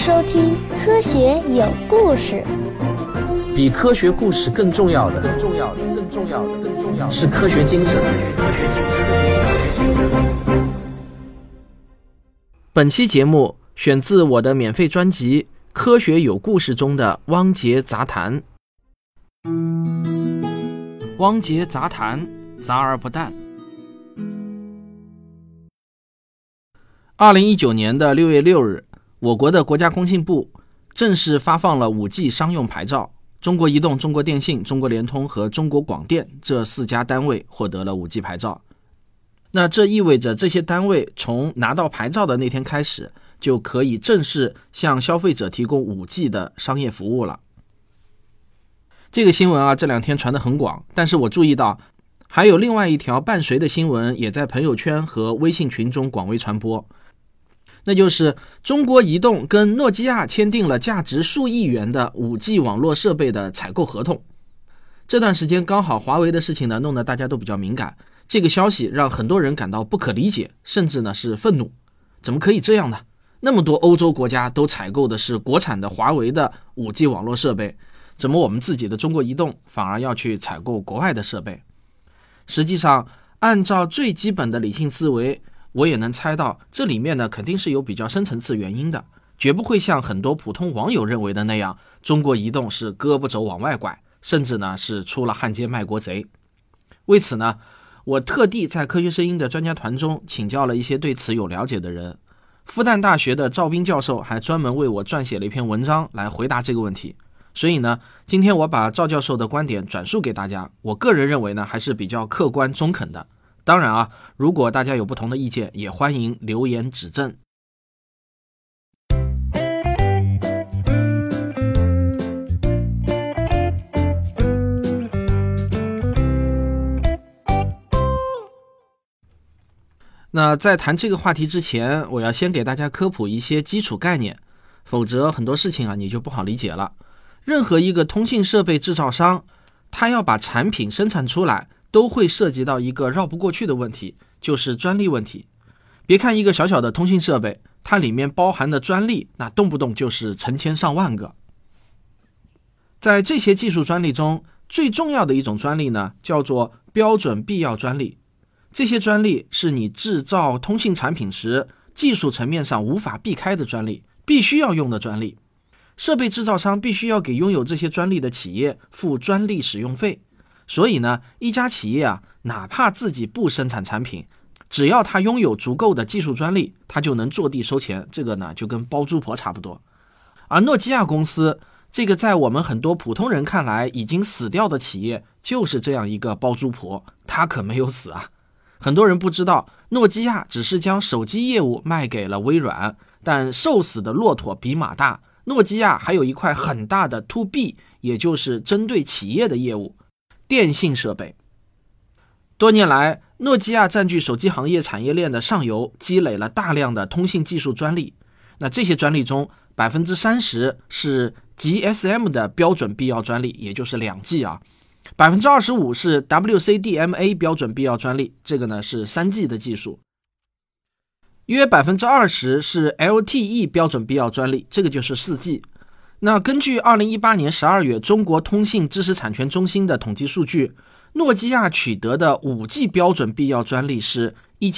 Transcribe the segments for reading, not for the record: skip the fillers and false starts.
收听科学有故事。 比科学故事更重要的是科学精神。本期节目选自我的免费专辑《科学有故事》中的汪杰杂谈。汪杰杂谈，杂而不淡。2019年的6月6日，我国的国家工信部正式发放了 5G 商用牌照，中国移动、中国电信、中国联通和中国广电这4家单位获得了 5G 牌照。那这意味着这些单位从拿到牌照的那天开始，就可以正式向消费者提供 5G 的商业服务了。这个新闻啊，这2天传得很广，但是我注意到还有另外一条伴随的新闻也在朋友圈和微信群中广为传播，那就是中国移动跟诺基亚签订了价值数亿元的 5G 网络设备的采购合同。这段时间刚好华为的事情呢，弄得大家都比较敏感，这个消息让很多人感到不可理解，甚至呢是愤怒。怎么可以这样呢？那么多欧洲国家都采购的是国产的华为的 5G 网络设备，怎么我们自己的中国移动反而要去采购国外的设备？实际上，按照最基本的理性思维，我也能猜到这里面呢肯定是有比较深层次原因的，绝不会像很多普通网友认为的那样，中国移动是胳膊肘往外拐，甚至呢是出了汉奸卖国贼。为此呢，我特地在科学声音的专家团中请教了一些对此有了解的人。复旦大学的赵斌教授还专门为我撰写了一篇文章来回答这个问题。所以呢，今天我把赵教授的观点转述给大家，我个人认为呢还是比较客观中肯的。当然啊，如果大家有不同的意见，也欢迎留言指正。那在谈这个话题之前，我要先给大家科普一些基础概念，否则很多事情啊你就不好理解了。任何一个通信设备制造商，他要把产品生产出来，都会涉及到一个绕不过去的问题，就是专利问题。别看一个小小的通信设备，它里面包含的专利那动不动就是成千上万个。在这些技术专利中，最重要的一种专利呢，叫做标准必要专利。这些专利是你制造通信产品时技术层面上无法避开的专利，必须要用的专利。设备制造商必须要给拥有这些专利的企业付专利使用费。所以呢，一家企业啊，哪怕自己不生产产品，只要他拥有足够的技术专利，他就能坐地收钱。这个呢，就跟包租婆差不多。而诺基亚公司，这个在我们很多普通人看来已经死掉的企业，就是这样一个包租婆，他可没有死啊。很多人不知道，诺基亚只是将手机业务卖给了微软，但瘦死的骆驼比马大，诺基亚还有一块很大的 To B， 也就是针对企业的业务。电信设备。多年来，诺基亚占据手机行业产业链的上游，积累了大量的通信技术专利。那这些专利中 30% 是 GSM 的标准必要专利，也就是2G 啊。25% 是 WCDMA 标准必要专利，这个呢是 3G 的技术。约 20% 是 LTE 标准必要专利，这个就是 4G。那根据2018年12月中国通信知识产权中心的统计数据，诺基亚取得的 5G 标准必要专利是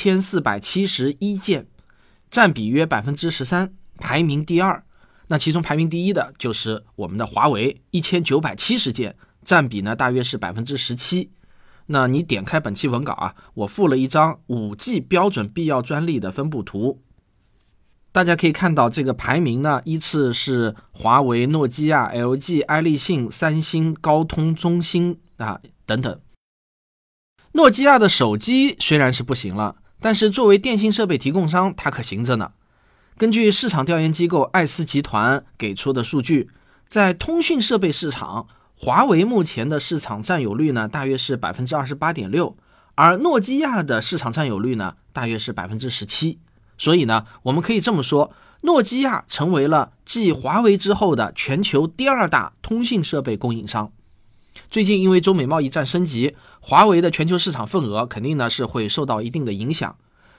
1471件，占比约 13%， 排名第2。那其中排名第1的就是我们的华为1970件，占比呢大约是 17%。那你点开本期文稿啊，我附了一张 5G 标准必要专利的分布图。大家可以看到这个排名呢，依次是华为、诺基亚、LG、爱立信、三星、高通、中兴等等。诺基亚的手机虽然是不行了，但是作为电信设备提供商，它可行着呢。根据市场调研机构艾思集团给出的数据，在通讯设备市场，华为目前的市场占有率呢，大约是 28.6%， 而诺基亚的市场占有率呢，大约是 17%。所以呢，我们可以这么说，诺基亚成为了继华为之后的全球第2大通信设备供应商。最近因为中美贸易战升级，华为的全球市场份额肯定呢是会受到一定的影响。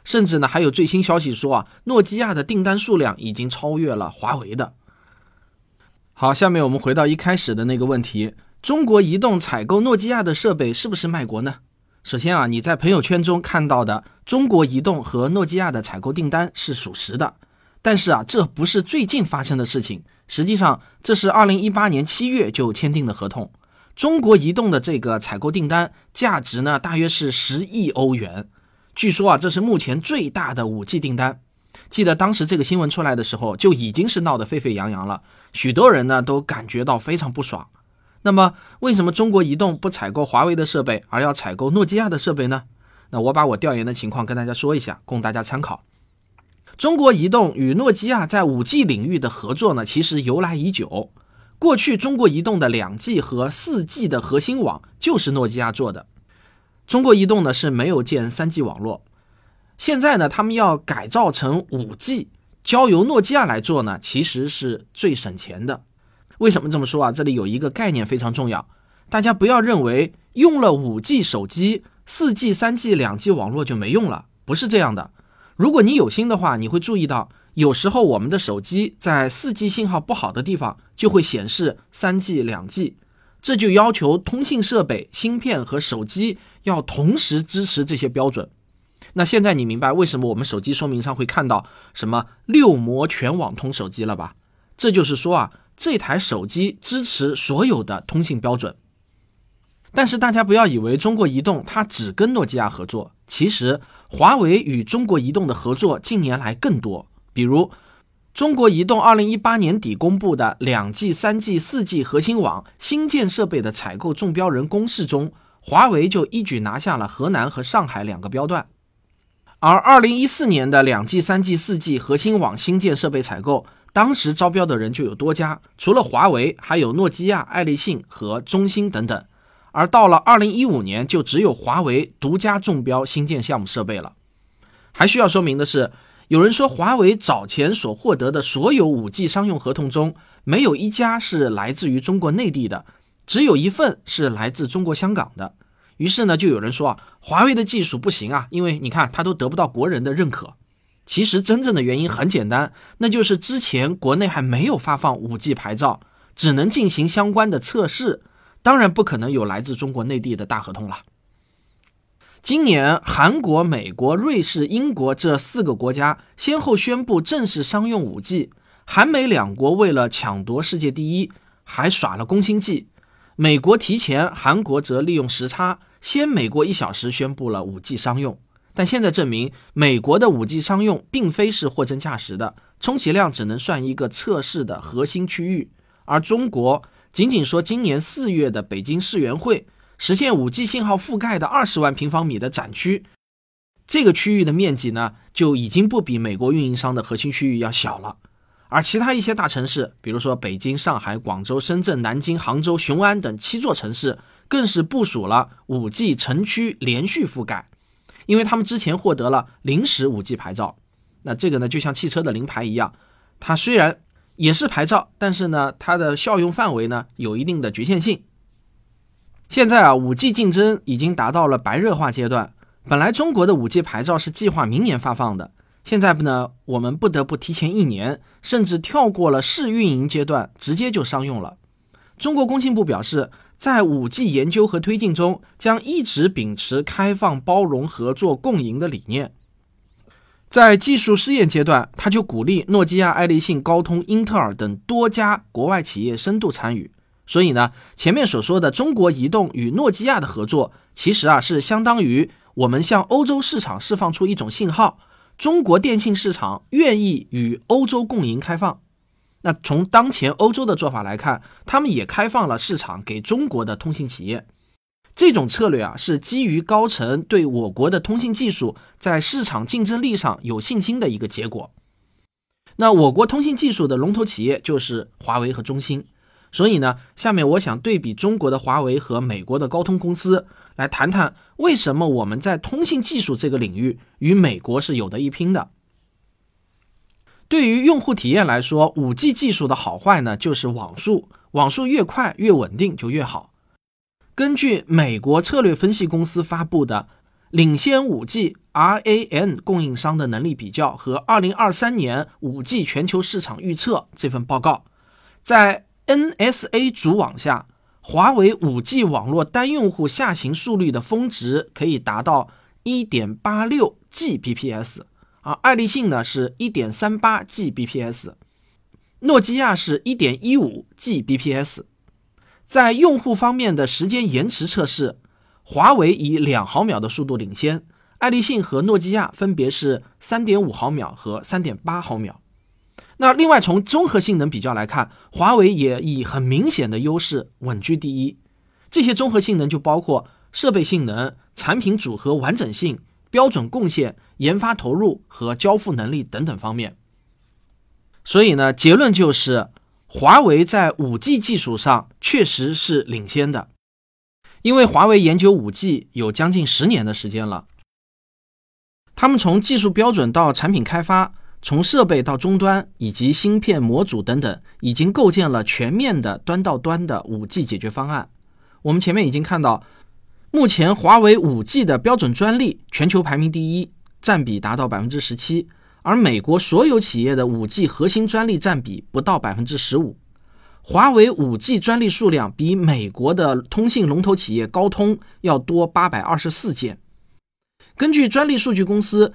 甚至呢还有最新消息说诺基亚的订单数量已经超越了华为的。好，下面我们回到一开始的那个问题，中国移动采购诺基亚的设备是不是卖国呢？首先你在朋友圈中看到的中国移动和诺基亚的采购订单是属实的，但是这不是最近发生的事情，实际上这是2018年7月就签订的合同。中国移动的这个采购订单价值呢大约是10亿欧元，据说这是目前最大的 5G 订单。记得当时这个新闻出来的时候就已经是闹得沸沸扬扬了，许多人呢都感觉到非常不爽。那么为什么中国移动不采购华为的设备，而要采购诺基亚的设备呢？那我把我调研的情况跟大家说一下，供大家参考。中国移动与诺基亚在 5G 领域的合作呢，其实由来已久。过去中国移动的 2G 和 4G 的核心网就是诺基亚做的，中国移动呢是没有建 3G 网络。现在呢他们要改造成 5G， 交由诺基亚来做呢，其实是最省钱的。为什么这么说这里有一个概念非常重要，大家不要认为用了 5G 手机 4G、3G、2G 网络就没用了，不是这样的。如果你有心的话，你会注意到有时候我们的手机在 4G 信号不好的地方就会显示 3G、2G， 这就要求通信设备、芯片和手机要同时支持这些标准。那现在你明白为什么我们手机说明上会看到什么6模全网通手机了吧？这就是说这台手机支持所有的通信标准。但是大家不要以为中国移动它只跟诺基亚合作，其实华为与中国移动的合作近年来更多。比如中国移动2018年底公布的 2G、3G、4G 核心网新建设备的采购中标人公示中，华为就一举拿下了河南和上海2个标段。而2014年的 2G、3G、4G 核心网新建设备采购，当时招标的人就有多家，除了华为还有诺基亚、爱立信和中兴等等。而到了2015年就只有华为独家中标新建项目设备了。还需要说明的是，有人说华为早前所获得的所有 5G 商用合同中，没有一家是来自于中国内地的，只有一份是来自中国香港的。于是呢，就有人说华为的技术不行因为你看它都得不到国人的认可。其实真正的原因很简单，那就是之前国内还没有发放 5G 牌照，只能进行相关的测试，当然不可能有来自中国内地的大合同了。今年韩国、美国、瑞士、英国这4个国家先后宣布正式商用 5G， 韩美2国为了抢夺世界第一还耍了攻心计，美国提前，韩国则利用时差先美国1小时宣布了 5G 商用。但现在证明美国的 5G 商用并非是货真价实的，充其量只能算一个测试的核心区域。而中国仅仅说今年4月的北京世园会实现 5G 信号覆盖的20万平方米的展区，这个区域的面积呢就已经不比美国运营商的核心区域要小了。而其他一些大城市，比如说北京、上海、广州、深圳、南京、杭州、雄安等7座城市，更是部署了 5G 城区连续覆盖，因为他们之前获得了临时 5G 牌照。那这个呢就像汽车的临牌一样，它虽然也是牌照，但是呢它的效用范围呢有一定的局限性。现在5G 竞争已经达到了白热化阶段，本来中国的 5G 牌照是计划明年发放的，现在呢我们不得不提前1年，甚至跳过了试运营阶段，直接就商用了。中国工信部表示，在 5G 研究和推进中将一直秉持开放、包容、合作、共赢的理念。在技术试验阶段，他就鼓励诺基亚、爱立信、高通、英特尔等多家国外企业深度参与。所以呢，前面所说的中国移动与诺基亚的合作，其实是相当于我们向欧洲市场释放出一种信号，中国电信市场愿意与欧洲共赢开放。那从当前欧洲的做法来看，他们也开放了市场给中国的通信企业。这种策略是基于高层对我国的通信技术在市场竞争力上有信心的一个结果。那我国通信技术的龙头企业就是华为和中兴。所以呢，下面我想对比中国的华为和美国的高通公司，来谈谈为什么我们在通信技术这个领域与美国是有得一拼的。对于用户体验来说， 5G 技术的好坏呢，就是网速越快越稳定就越好。根据美国策略分析公司发布的领先 5G RAN 供应商的能力比较和2023年 5G 全球市场预测这份报告，在 NSA 主网下，华为 5G 网络单用户下行速率的峰值可以达到 1.86 Gbps， 而爱立信呢是 1.38 Gbps， 诺基亚是 1.15 Gbps。 在用户方面的时间延迟测试，华为以2毫秒的速度领先，爱立信和诺基亚分别是 3.5 毫秒和 3.8 毫秒。那另外从综合性能比较来看，华为也以很明显的优势稳居第一。这些综合性能就包括设备性能、产品组合完整性、标准贡献、研发投入和交付能力等等方面。所以呢，结论就是华为在 5G 技术上确实是领先的。因为华为研究 5G 有将近10年的时间了，他们从技术标准到产品开发，从设备到终端以及芯片模组等等，已经构建了全面的端到端的 5G 解决方案。我们前面已经看到，目前华为 5G 的标准专利全球排名第一，占比达到 17%， 而美国所有企业的 5G 核心专利占比不到 15%。华为 5G 专利数量比美国的通信龙头企业高通要多824件。根据专利数据公司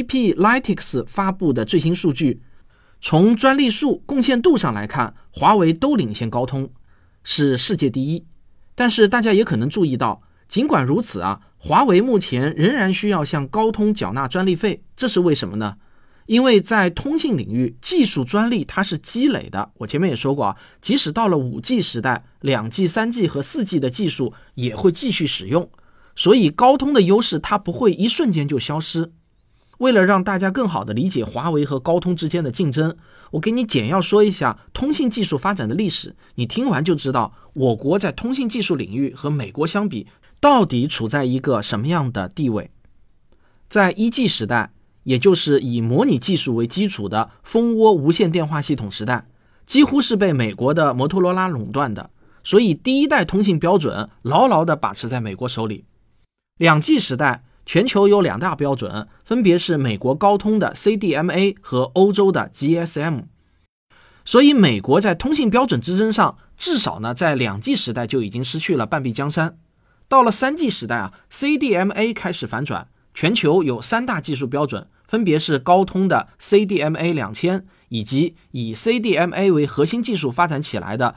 IPlytics 发布的最新数据，从专利数、贡献度上来看，华为都领先高通，是世界第一。但是大家也可能注意到，尽管如此华为目前仍然需要向高通缴纳专利费，这是为什么呢？因为在通信领域，技术专利它是积累的。我前面也说过即使到了 5G 时代， 2G、3G 和 4G 的技术也会继续使用，所以高通的优势它不会一瞬间就消失。为了让大家更好地理解华为和高通之间的竞争，我给你简要说一下通信技术发展的历史，你听完就知道我国在通信技术领域和美国相比，到底处在一个什么样的地位。在 1G 时代，也就是以模拟技术为基础的蜂窝无线电话系统时代，几乎是被美国的摩托罗拉垄断的，所以第一代通信标准牢牢地把持在美国手里。2G 时代，全球有2大标准，分别是美国高通的 CDMA 和欧洲的 GSM。 所以美国在通信标准之争上，至少呢在 2G 时代就已经失去了半壁江山。到了 3G 时代CDMA 开始反转，全球有3大技术标准，分别是高通的 CDMA 2000，以及以 CDMA 为核心技术发展起来的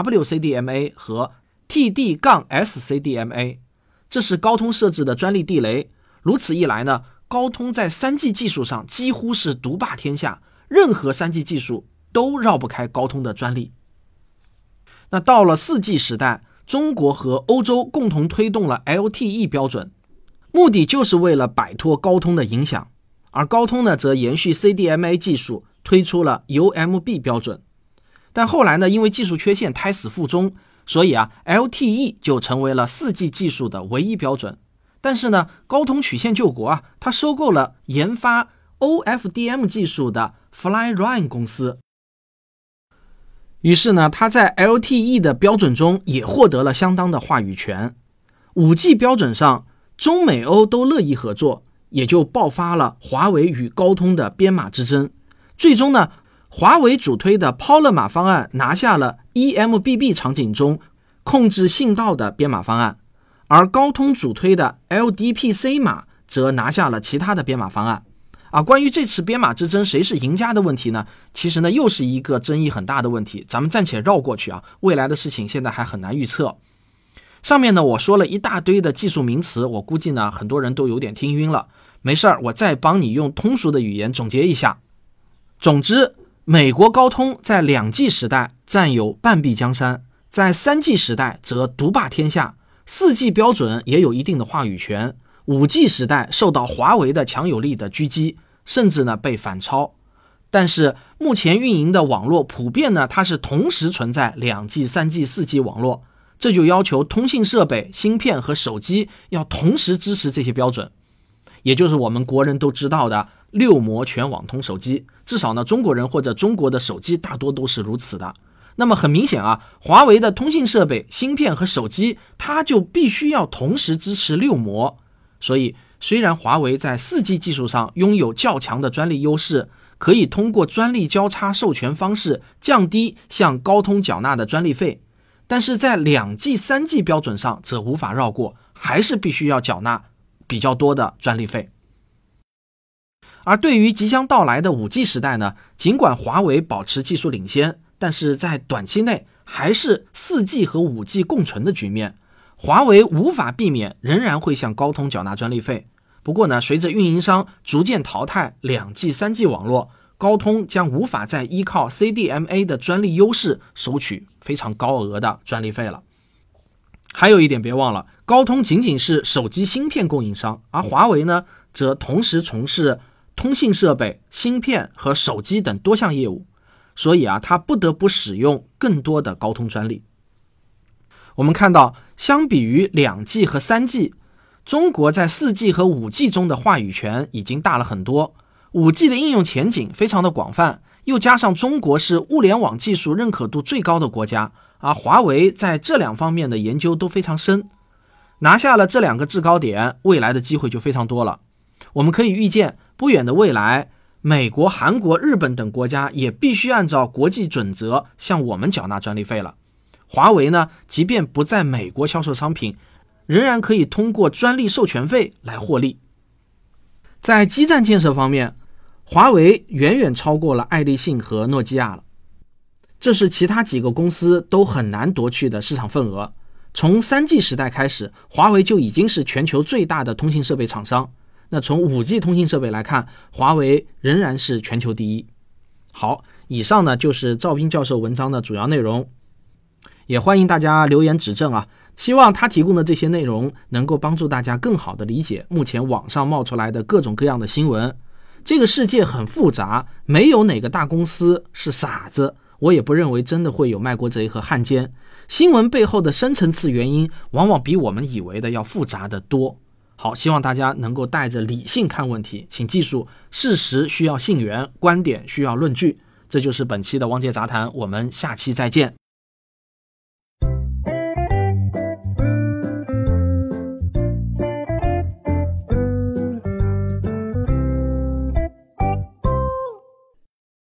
WCDMA 和 TD-SCDMA。 这是高通设置的专利地雷。如此一来呢，高通在 3G 技术上几乎是独霸天下，任何 3G 技术都绕不开高通的专利。那到了 4G 时代，中国和欧洲共同推动了 LTE 标准，目的就是为了摆脱高通的影响。而高通呢，则延续 CDMA 技术，推出了 UMB 标准。但后来呢，因为技术缺陷胎死腹中，所以LTE 就成为了 4G 技术的唯一标准。但是呢，高通曲线救国它收购了研发 OFDM 技术的 Flyrion 公司。于是呢，它在 LTE 的标准中也获得了相当的话语权。5G 标准上，中美欧都乐意合作，也就爆发了华为与高通的编码之争。最终呢，华为主推的 Polymer 方案拿下了 EMBB 场景中控制信道的编码方案，而高通主推的 LDPC 码则拿下了其他的编码方案。关于这次编码之争谁是赢家的问题呢，其实呢又是一个争议很大的问题，咱们暂且绕过去未来的事情现在还很难预测。上面呢我说了一大堆的技术名词，我估计呢很多人都有点听晕了，没事儿，我再帮你用通俗的语言总结一下。总之，美国高通在 2G 时代占有半壁江山，在 3G 时代则独霸天下， 4G 标准也有一定的话语权， 5G 时代受到华为的强有力的狙击，甚至呢被反超。但是目前运营的网络普遍呢，它是同时存在 2G、3G、4G 网络，这就要求通信设备、芯片和手机要同时支持这些标准，也就是我们国人都知道的6模全网通手机，至少呢中国人或者中国的手机大多都是如此的。那么很明显华为的通信设备、芯片和手机它就必须要同时支持6模，所以虽然华为在 4G 技术上拥有较强的专利优势，可以通过专利交叉授权方式降低向高通缴纳的专利费，但是在 2G、3G 标准上则无法绕过，还是必须要缴纳比较多的专利费。而对于即将到来的 5G 时代呢，尽管华为保持技术领先，但是在短期内还是 4G 和 5G 共存的局面，华为无法避免仍然会向高通缴纳专利费。不过呢，随着运营商逐渐淘汰 2G、3G 网络，高通将无法再依靠 CDMA 的专利优势收取非常高额的专利费了。还有一点别忘了，高通仅仅是手机芯片供应商，而华为呢，则同时从事通信设备、芯片和手机等多项业务，所以它不得不使用更多的高通专利。我们看到，相比于 2G 和 3G， 中国在 4G 和 5G 中的话语权已经大了很多。5G 的应用前景非常的广泛，又加上中国是物联网技术认可度最高的国家，而华为在这两方面的研究都非常深，拿下了这两个制高点，未来的机会就非常多了。我们可以预见，不远的未来，美国、韩国、日本等国家也必须按照国际准则向我们缴纳专利费了。华为呢，即便不在美国销售商品，仍然可以通过专利授权费来获利。在基站建设方面，华为远远超过了爱立信和诺基亚了，这是其他几个公司都很难夺去的市场份额。从 3G 时代开始，华为就已经是全球最大的通信设备厂商。那从 5G 通信设备来看，华为仍然是全球第一。好，以上呢就是赵斌教授文章的主要内容，也欢迎大家留言指正啊。希望他提供的这些内容能够帮助大家更好的理解目前网上冒出来的各种各样的新闻。这个世界很复杂，没有哪个大公司是傻子，我也不认为真的会有卖国贼和汉奸。新闻背后的深层次原因往往比我们以为的要复杂得多。好，希望大家能够带着理性看问题，请记住，事实需要信源，观点需要论据。这就是本期的汪杰杂谈，我们下期再见。